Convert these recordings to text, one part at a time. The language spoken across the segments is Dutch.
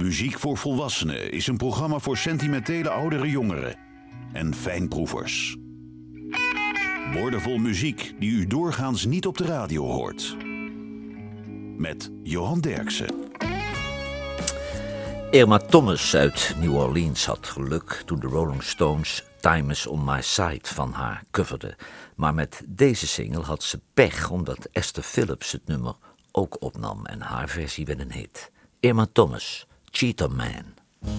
Muziek voor Volwassenen is een programma voor sentimentele oudere jongeren en fijnproevers. Woordenvol muziek die u doorgaans niet op de radio hoort. Met Johan Derksen. Irma Thomas uit New Orleans had geluk toen de Rolling Stones Time Is On My Side van haar coverden. Maar met deze single had ze pech omdat Esther Phillips het nummer ook opnam en haar versie werd een hit. Irma Thomas, Cheetah Man.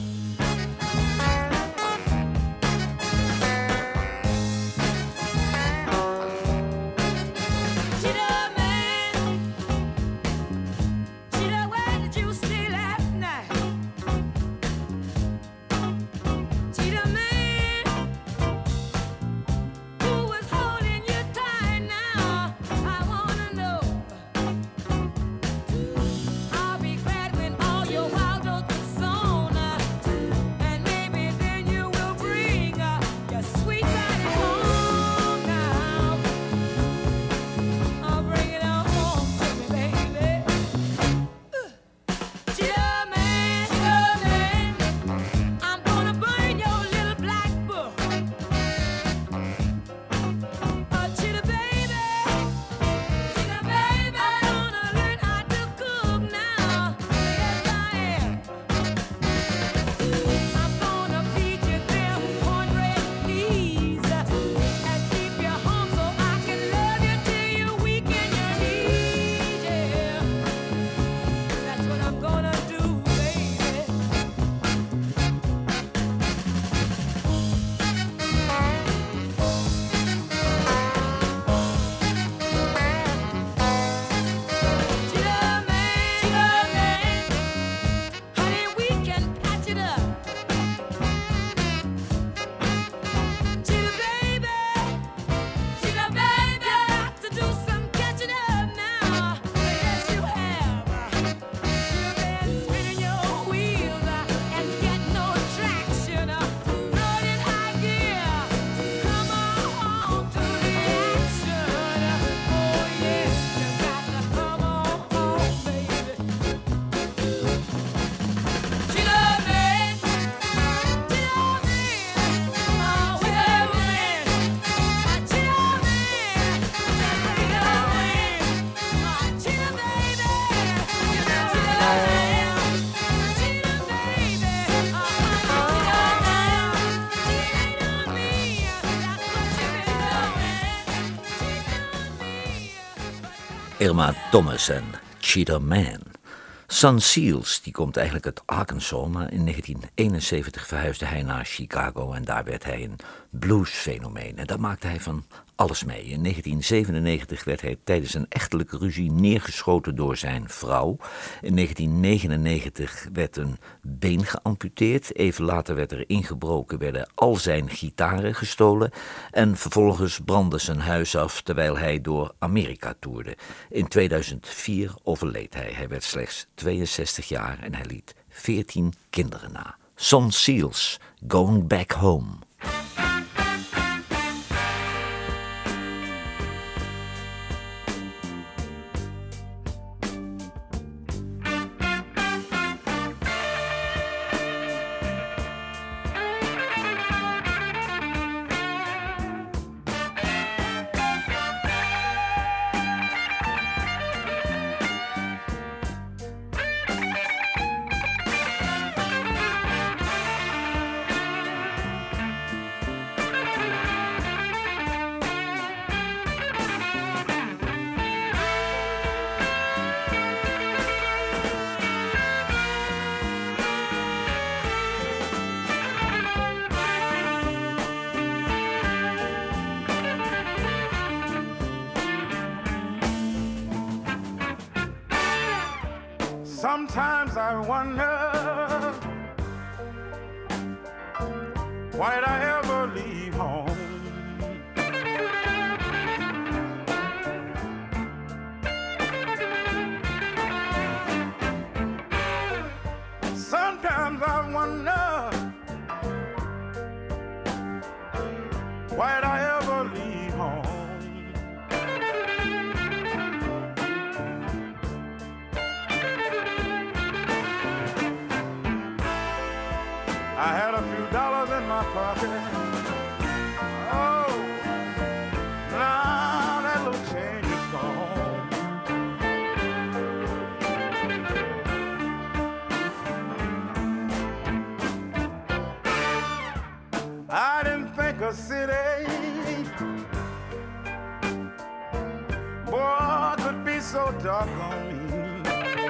Irma Thomas en Cheetah Man. Son Seals, die komt eigenlijk uit Arkansas, maar in 1971 verhuisde hij naar Chicago en daar werd hij een bluesfenomeen. En daar maakte hij van alles mee. In 1997 werd hij tijdens een echtelijke ruzie neergeschoten door zijn vrouw. In 1999 werd een been geamputeerd. Even later werd er ingebroken, werden al zijn gitaren gestolen. En vervolgens brandde zijn huis af terwijl hij door Amerika toerde. In 2004 overleed hij. Hij werd slechts 62 jaar en hij liet 14 kinderen na. Son Seals, Going Back Home. Sometimes I wonder, why did I ever leave home? Sometimes I wonder, why did I ever leave home? I had a few dollars in my pocket. Oh, now that little change is gone. I didn't think a city, boy, could be so doggone mean.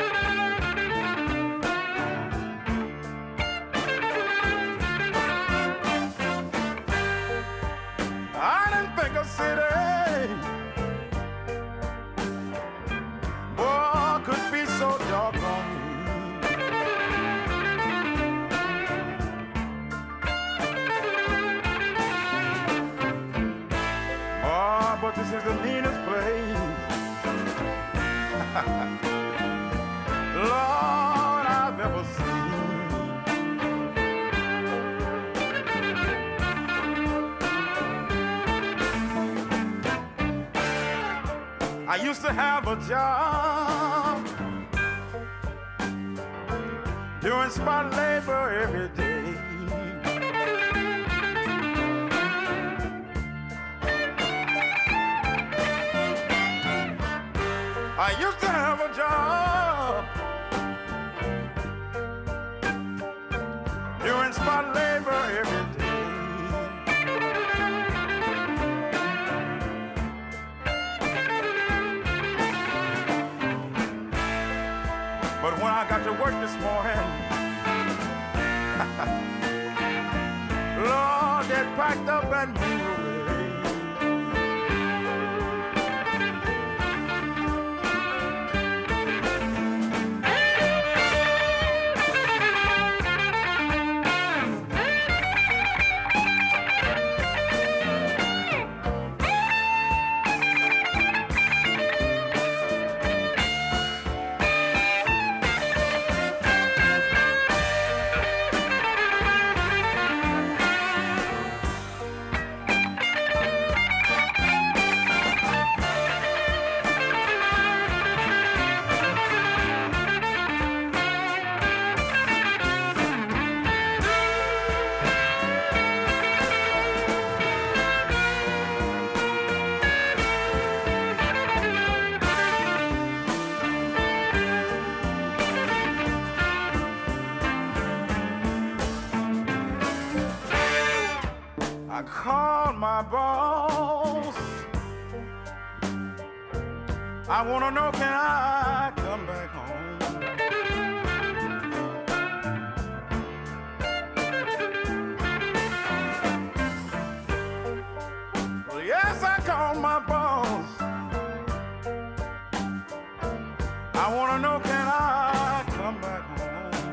I didn't think a city, boy, could be so doggone mean. But this is the meanest place, Lord, I've ever seen. I used to have a job doing spot labor every day. I used to have a job doing spot labor every day. But when I got to work this morning, Lord, they packed up and moved away. I called my boss. I wanna know, can I come back home? Well, yes, I called my boss. I wanna know, can I come back home?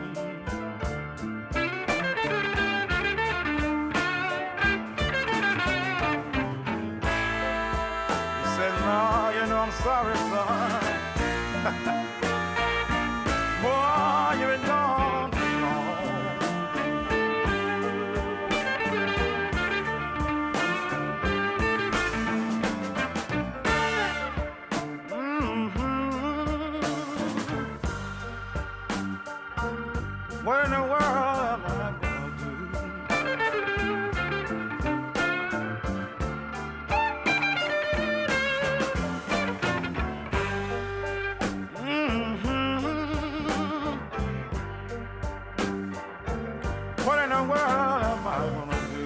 No, you know I'm sorry, son. Boy, you've been gone too long. What in the world am I gonna do? What in the world am I gonna do?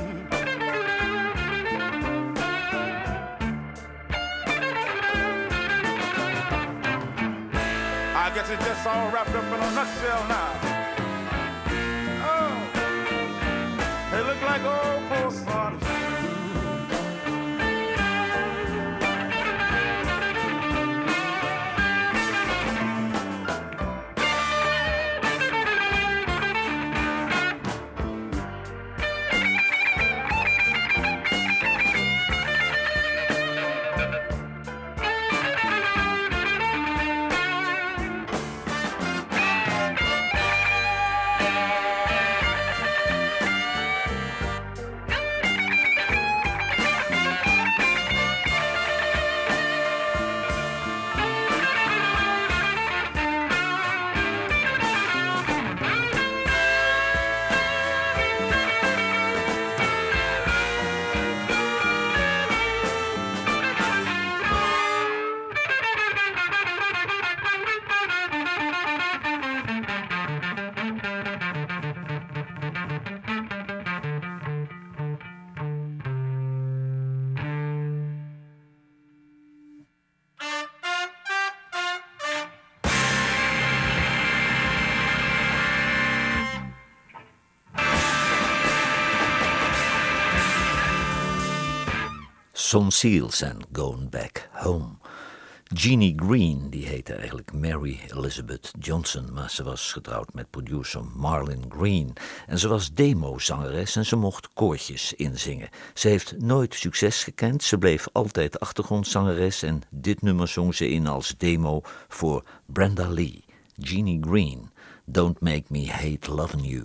I guess it's just all wrapped up in a nutshell now. Oh, they look like old poor son. Son Seals en Going Back Home. Jeannie Green, die heette eigenlijk Mary Elizabeth Johnson, maar ze was getrouwd met producer Marlon Green. En ze was demozangeres en ze mocht koortjes inzingen. Ze heeft nooit succes gekend, ze bleef altijd achtergrondzangeres en dit nummer zong ze in als demo voor Brenda Lee. Jeannie Green, Don't Make Me Hate Lovin' You.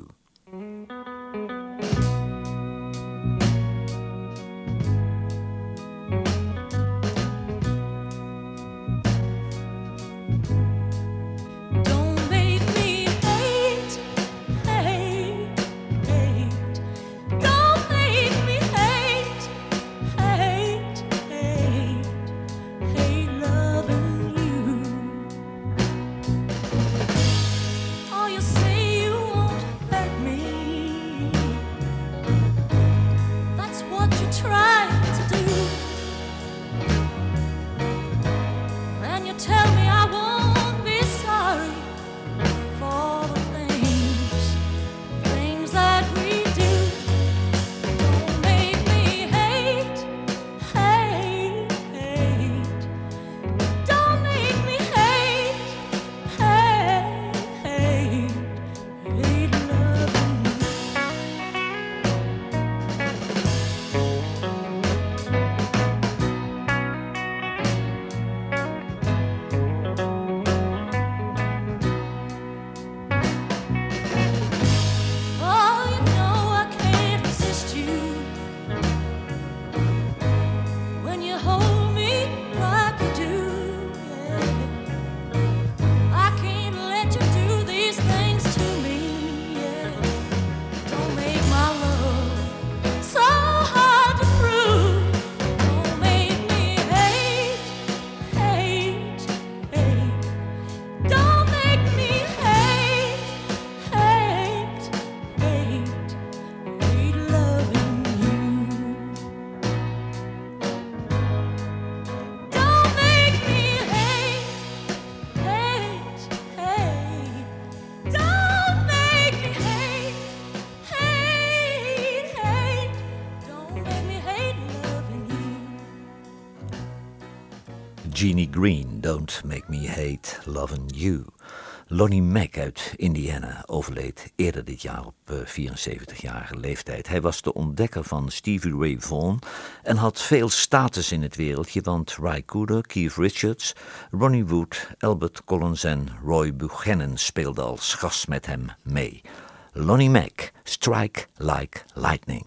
Jeannie Green, Don't Make Me Hate Lovin' You. Lonnie Mack uit Indiana overleed eerder dit jaar op 74-jarige leeftijd. Hij was de ontdekker van Stevie Ray Vaughan en had veel status in het wereldje, want Ry Cooder, Keith Richards, Ronnie Wood, Albert Collins en Roy Buchanan speelden als gast met hem mee. Lonnie Mack, Strike Like Lightning.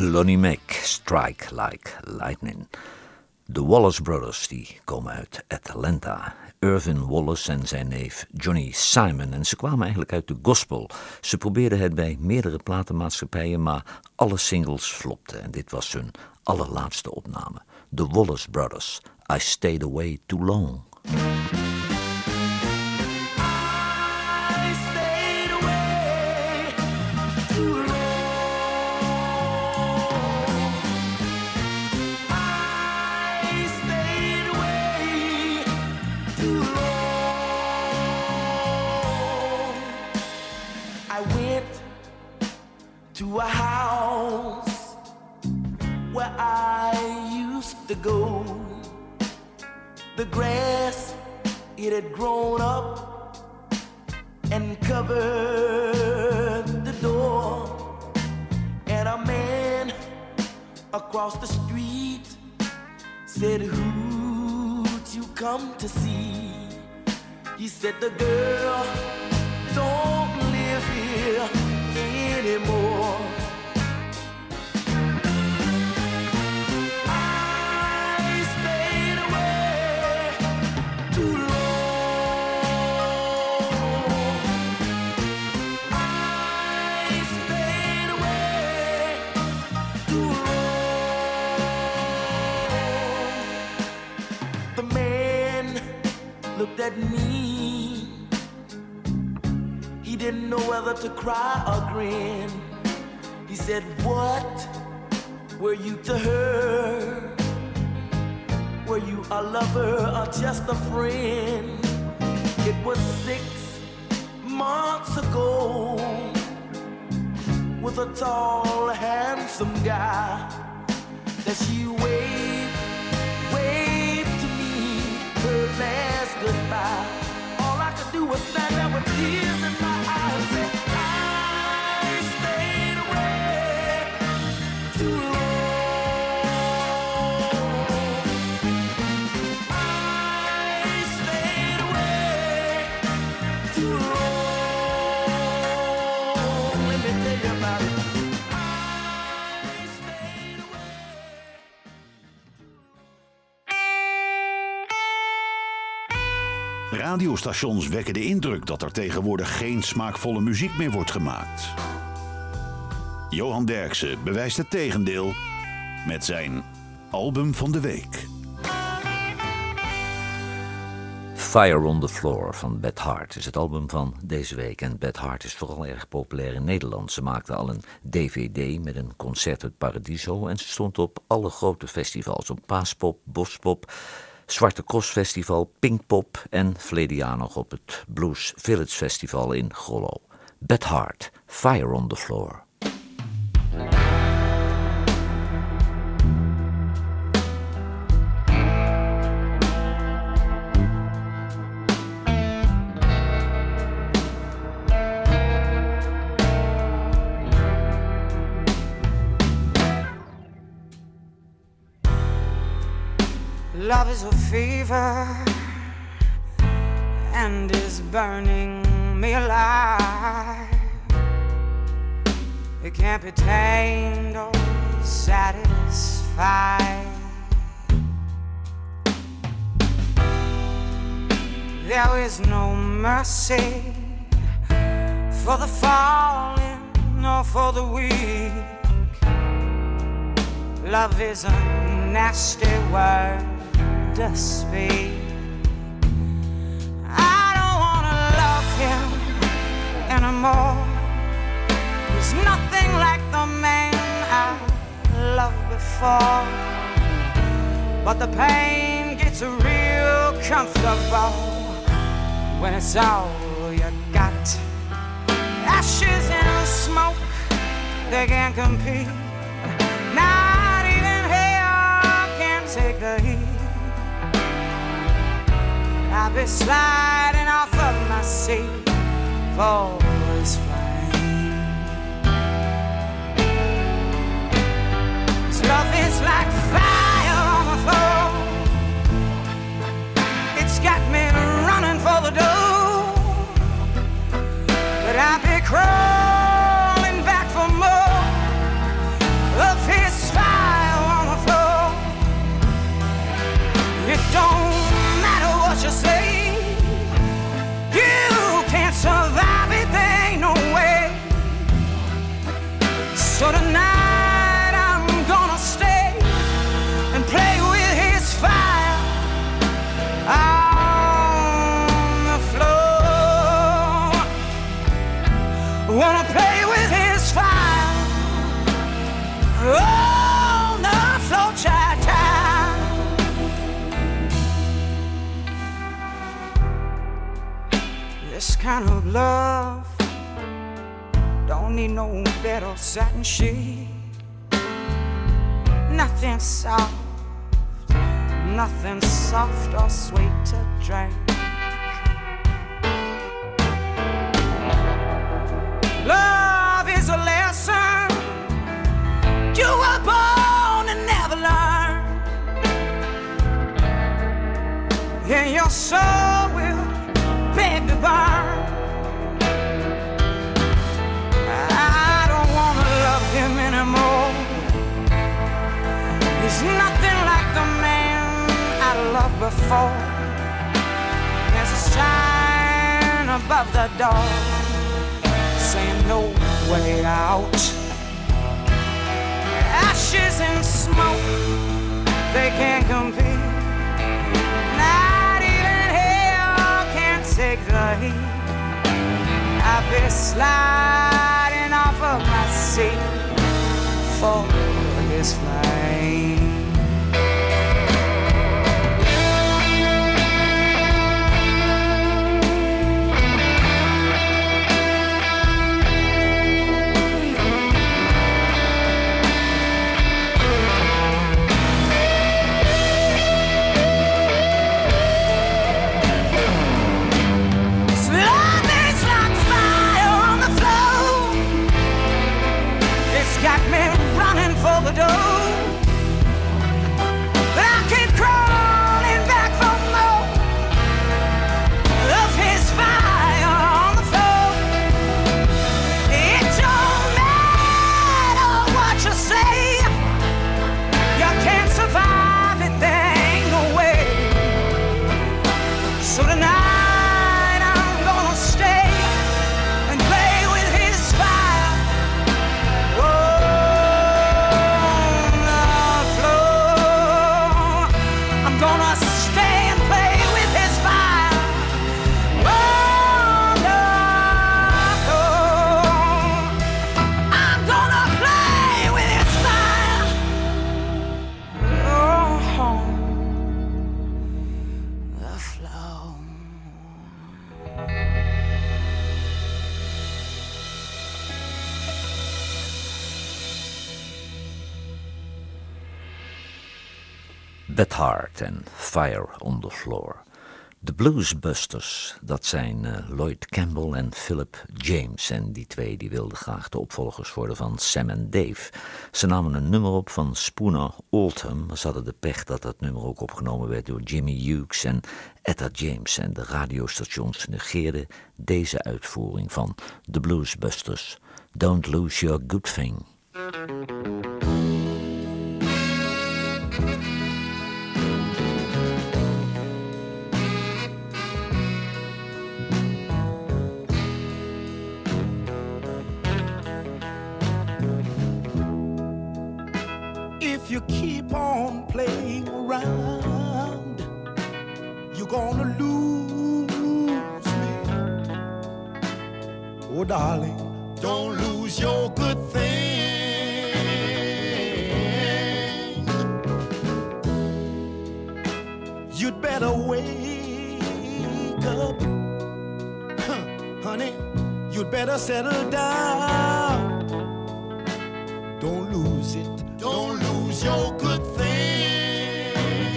Lonnie Mac, Strike Like Lightning. De Wallace Brothers die komen uit Atlanta. Irvin Wallace en zijn neef Johnny Simon. En ze kwamen eigenlijk uit de gospel. Ze probeerden het bij meerdere platenmaatschappijen, maar alle singles flopten. En dit was hun allerlaatste opname. The Wallace Brothers, I Stayed Away Too Long. To a house where I used to go. The grass, it had grown up and covered the door. And a man across the street said, "Who'd you come to see?" He said, "The girl don't live here anymore." I stayed away too long. I stayed away too long. The man looked at me. He didn't know whether to cry or grin. He said, "What were you to her? Were you a lover or just a friend?" It was 6 months ago, with a tall, handsome guy, that she waved to me her last goodbye. All I could do was stand there with tears in my eyes and say, I stayed away too long. I stayed away too long. Let me tell you about it. I stayed away too long. Radiostations wekken de indruk dat er tegenwoordig geen smaakvolle muziek meer wordt gemaakt. Johan Derksen bewijst het tegendeel met zijn album van de week. Fire on the Floor van Beth Hart is het album van deze week. En Beth Hart is vooral erg populair in Nederland. Ze maakte al een DVD met een concert uit Paradiso. En ze stond op alle grote festivals. Op Paaspop, Bospop, Zwarte Cross Festival, Pinkpop en verleden jaar nog op het Blues Village Festival in Grollo. Beth Hart, Fire on the Floor. Love is a fever and is burning me alive. It can't be tamed or satisfied. There is no mercy for the fallen nor for the weak. Love is a nasty word to speak. I don't wanna love him anymore. He's nothing like the man I loved before. But the pain gets real comfortable when it's all you got. Ashes and smoke, they can't compete. Not even hell can take the heat. I'll be sliding off of my seat for this flame. This love is like fire on the floor. It's got me running for the door, but I'll be crawling back for more of his. kind of love don't need no bed or satin sheet. Nothing soft or sweet to drink. Love is a lesson you were born to never learn. And your soul will beg to burn. I don't wanna love him anymore. He's nothing like the man I loved before. There's a sign above the door saying no way out. Ashes and smoke, they can't compete. Not even hell can take the heat. I've been sliding off of my seat for his flame. Beth Hart en Fire on the Floor. De Bluesbusters, dat zijn Lloyd Campbell en Philip James. En die twee die wilden graag de opvolgers worden van Sam en Dave. Ze namen een nummer op van Spooner Oldham. Maar ze hadden de pech dat dat nummer ook opgenomen werd door Jimmy Hughes en Etta James. En de radiostations negeerden deze uitvoering van de Bluesbusters. Don't Lose Your Good Thing. If you keep on playing around, you're gonna lose me. Oh, darling, don't lose your good thing. You'd better wake up, honey. You'd better settle down. Don't lose it. Don't lose your good thing.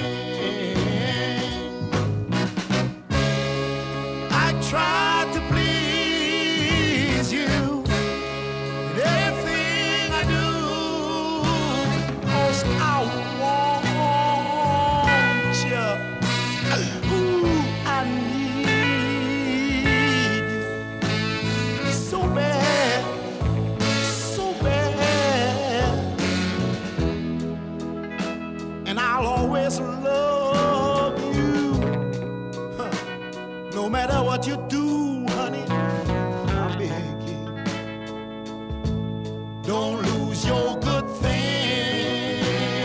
I tried to please you in everything I do, 'cause I want you. Ooh, I need you so bad, so bad. And I'll always love you, no matter what you do, honey. I beg you, don't lose your good thing.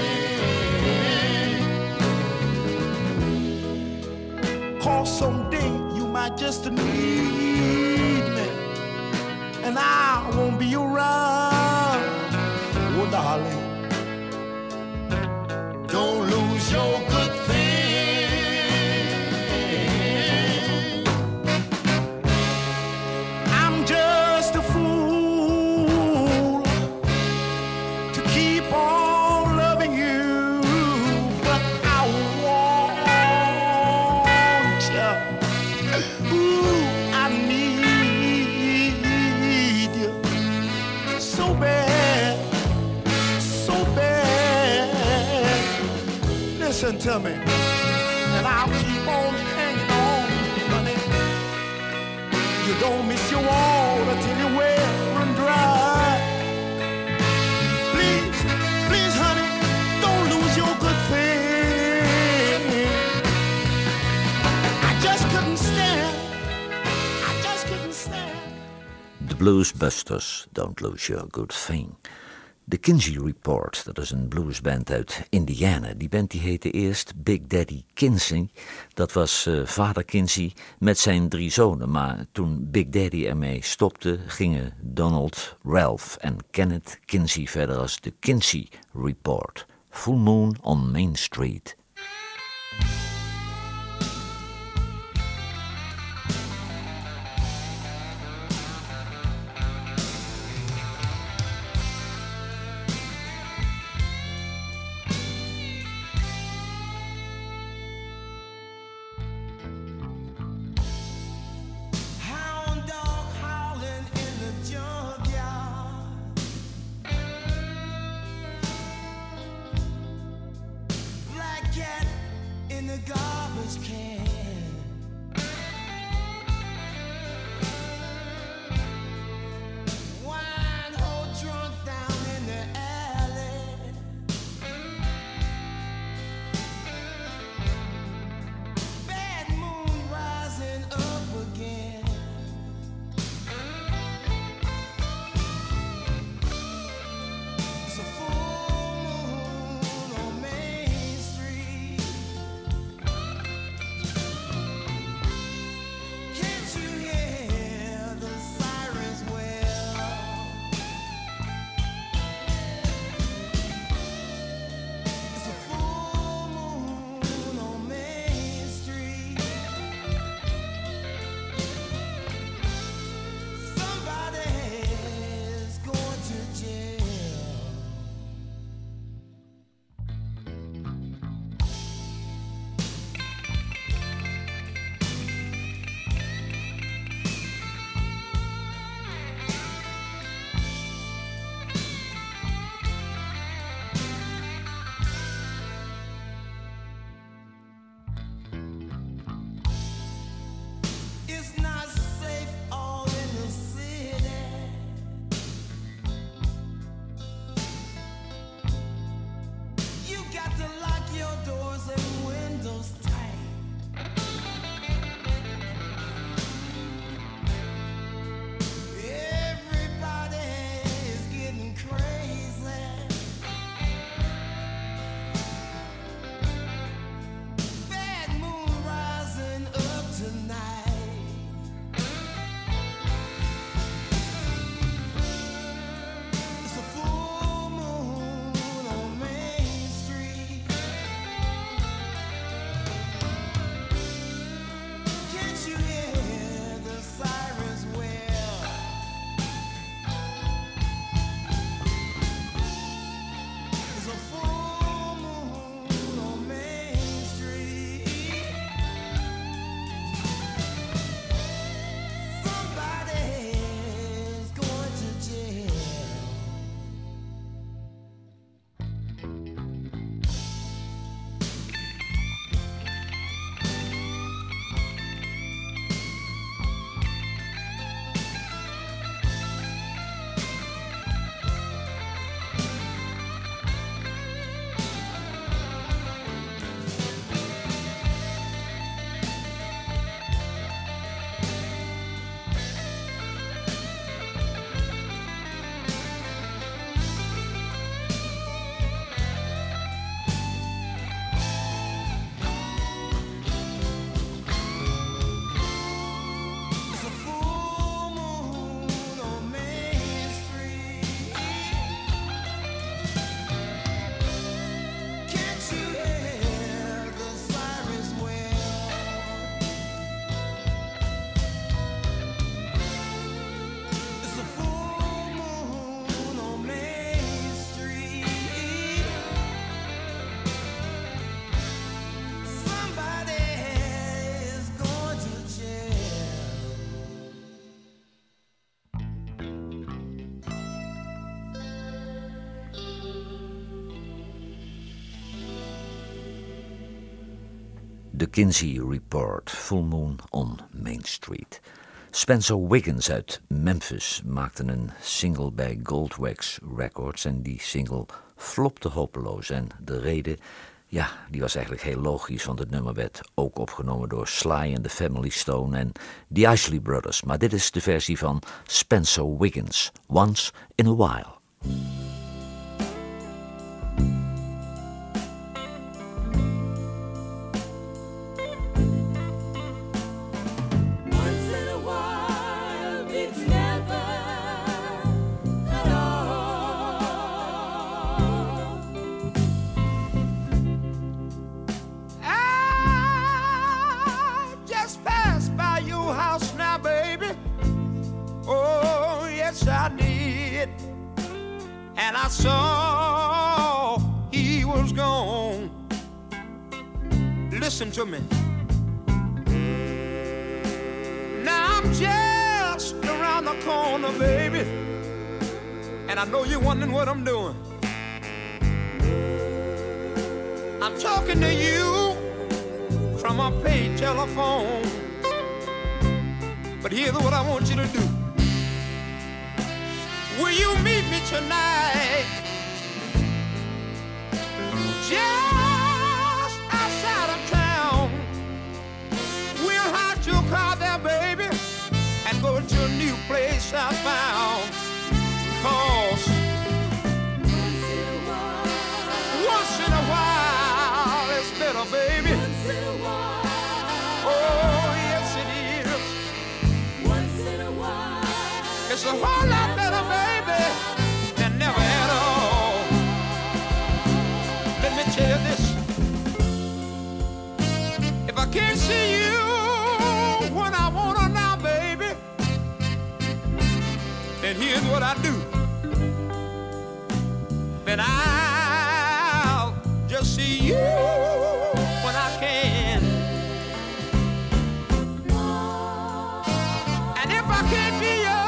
'Cause someday you might just need me, and I won't be around. Oh, darling, don't lose your good thing. 'Cause listen to me, and I'll keep on hanging on, honey. You don't miss your water till your well run dry. Please, please, honey, don't lose your good thing. I just couldn't stand. I just couldn't stand. The Bluesbusters, Don't Lose Your Good Thing. De Kinsey Report, dat is een bluesband uit Indiana. Die band die heette eerst Big Daddy Kinsey. Dat was vader Kinsey met zijn 3 zonen. Maar toen Big Daddy ermee stopte, gingen Donald, Ralph en Kenneth Kinsey verder als de Kinsey Report. Full Moon on Main Street. The Kinsey Report, Full Moon on Main Street. Spencer Wiggins uit Memphis maakte een single bij Goldwax Records en die single flopte hopeloos. En de reden, ja, die was eigenlijk heel logisch, want het nummer werd ook opgenomen door Sly and the Family Stone en The Isley Brothers. Maar dit is de versie van Spencer Wiggins, Once in a While. And I saw he was gone. Listen to me. Now I'm just around the corner, baby, and I know you're wondering what I'm doing. I'm talking to you from a paid telephone. But here's what I want you to do. Will you meet me tonight? Just outside of town. We'll hide your car there, baby, and go to a new place I found. 'Cause once in a while it's better, baby. Oh, yes it is. It's a whole lot better, baby, than never at all. Let me tell you this. If I can't see you when I wanna now, baby, then here's what I do. Then I'll just see you when I can. And if I can't be your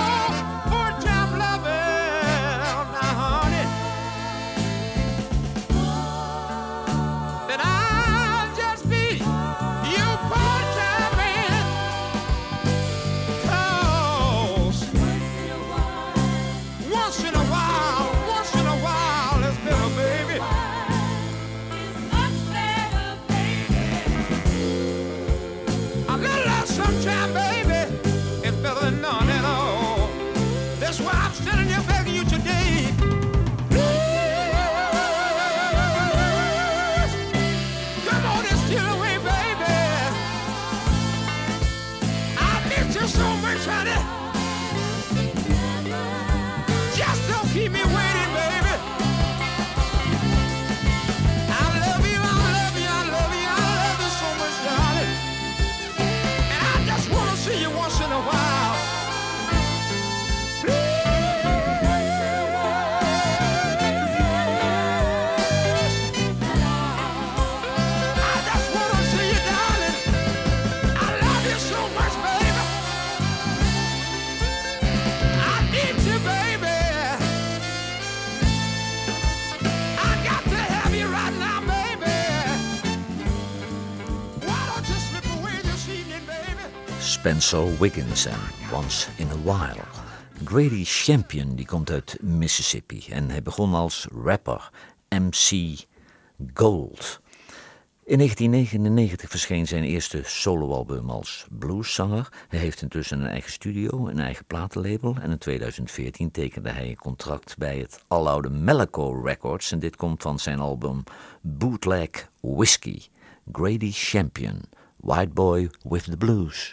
Spencer Wiggins en Once in a While. Grady Champion die komt uit Mississippi en hij begon als rapper, MC Gold. In 1999 verscheen zijn eerste soloalbum als blueszanger. Hij heeft intussen een eigen studio, een eigen platenlabel en in 2014 tekende hij een contract bij het aloude Malaco Records en dit komt van zijn album Bootleg Whiskey. Grady Champion, White Boy with the Blues.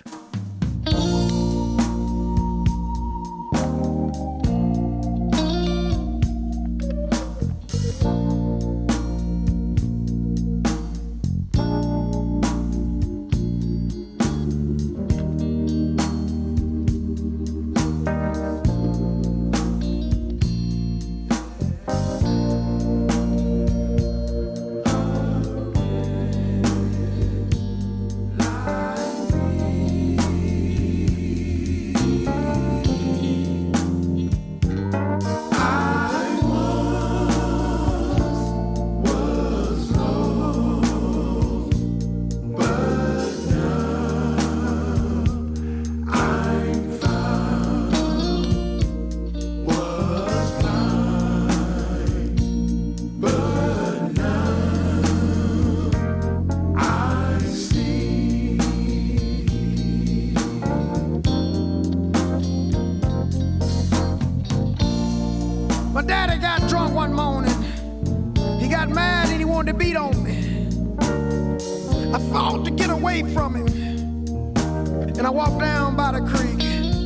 away from him, and I walked down by the creek.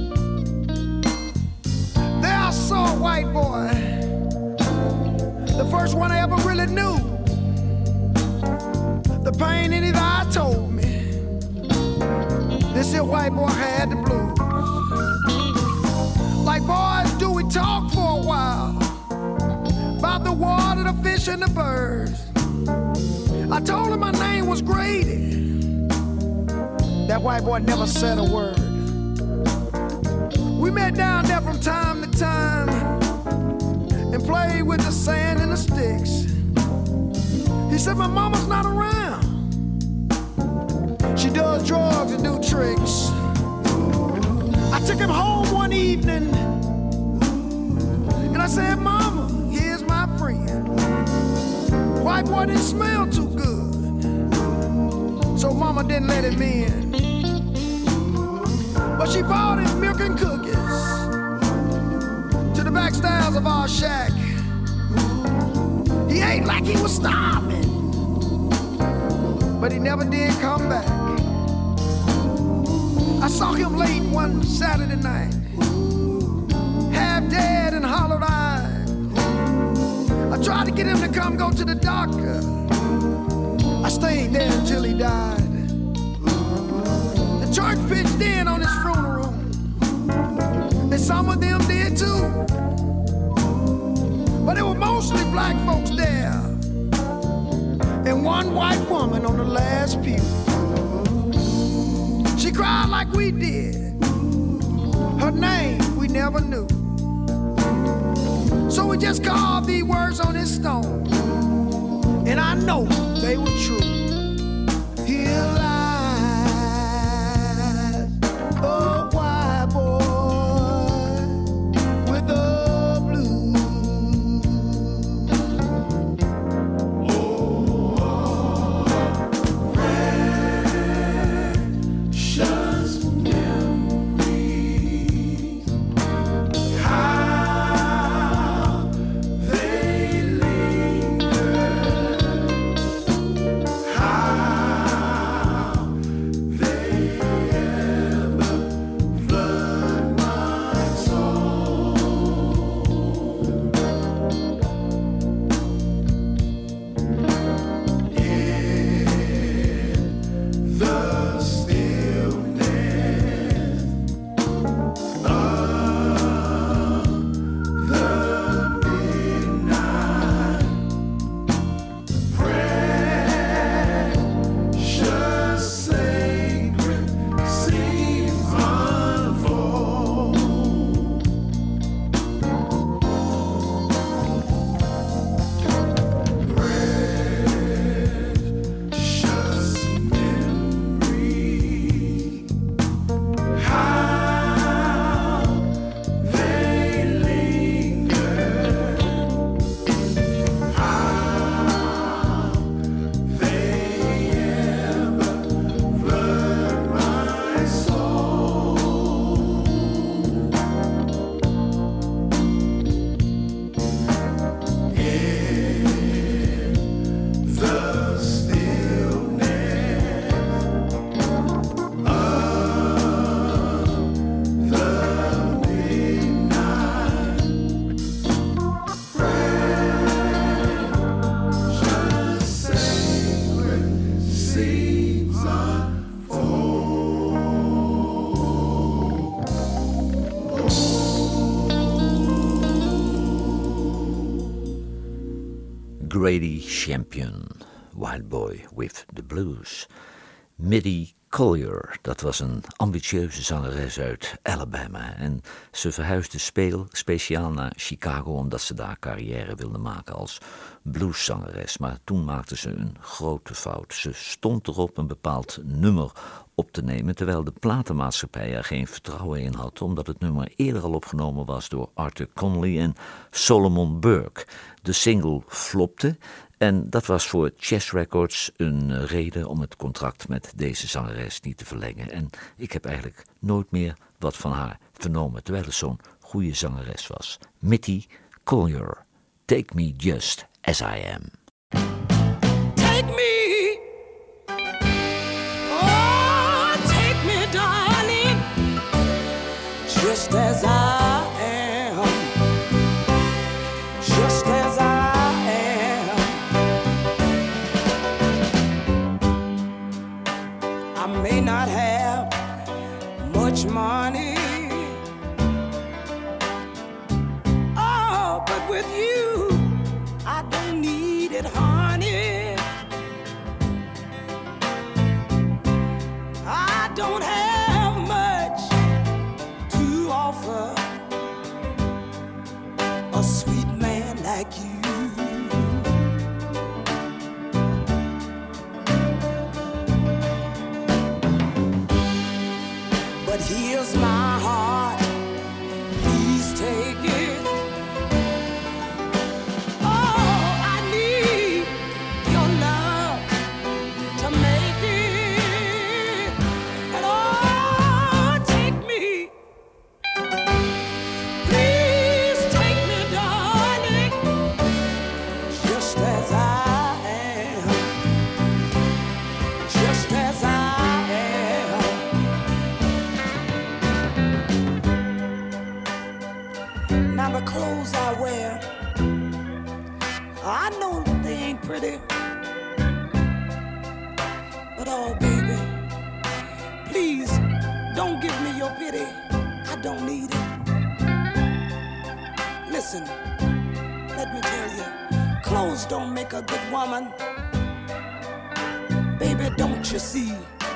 There I saw a white boy, the first one I ever really knew. The pain in his eye told me this here white boy had the blues. Like boys do, we talk for a while about the water, the fish, and the birds. I told him my name was Grady. That white boy never said a word. We met down there from time to time and played with the sand and the sticks. He said my mama's not around. She does drugs and do tricks. I took him home one evening and I said, Mama, here's my friend. White boy didn't smell too good, so Mama didn't let him in. But she bought him milk and cookies to the back stairs of our shack. He ate like he was starving, but he never did come back. I saw him late one Saturday night, half dead and hollowed-eyed. I tried to get him to come go to the doctor. I stayed there until he died. The church pitched in on his funeral, and some of them did too. But there were mostly black folks there, and one white woman on the last pew. She cried like we did. Her name we never knew. So we just carved these words on his stone, and I know they were true. Here lies a white boy with the blues. Precious memories, how they linger, how they ever flood my soul. In the stillness of the midnight, precious sacred scenes unfold. Precious memories, how they linger, how they ever flood my soul. In the stillness of the midnight, precious sacred scenes Grady Champion, Wild Boy with the Blues. Mittie Collier, dat was een ambitieuze zangeres uit Alabama. En ze verhuisde speciaal naar Chicago omdat ze daar carrière wilde maken als blueszangeres. Maar toen maakte ze een grote fout. Ze stond erop een bepaald nummer op te nemen, terwijl de platenmaatschappij er geen vertrouwen in had, omdat het nummer eerder al opgenomen was door Arthur Conley en Solomon Burke. De single flopte en dat was voor Chess Records een reden om het contract met deze zangeres niet te verlengen. En ik heb eigenlijk nooit meer wat van haar vernomen, terwijl het zo'n goede zangeres was. Mittie Collier, Take Me Just As I Am. Take me, oh just as I am, just as I am. I may not have much money, oh, but with you, I don't need it, honey. I don't have much to offer a sweet man like you. But here's my heart, please take it. Oh, I need your love to make it. And oh, take me. Please take me, darling, just as I am, just as I am. Now the clothes I wear, I know they ain't pretty, but oh baby, please don't give me your pity. I don't need it. Listen, let me tell you, clothes don't make a good woman. Baby, don't you see?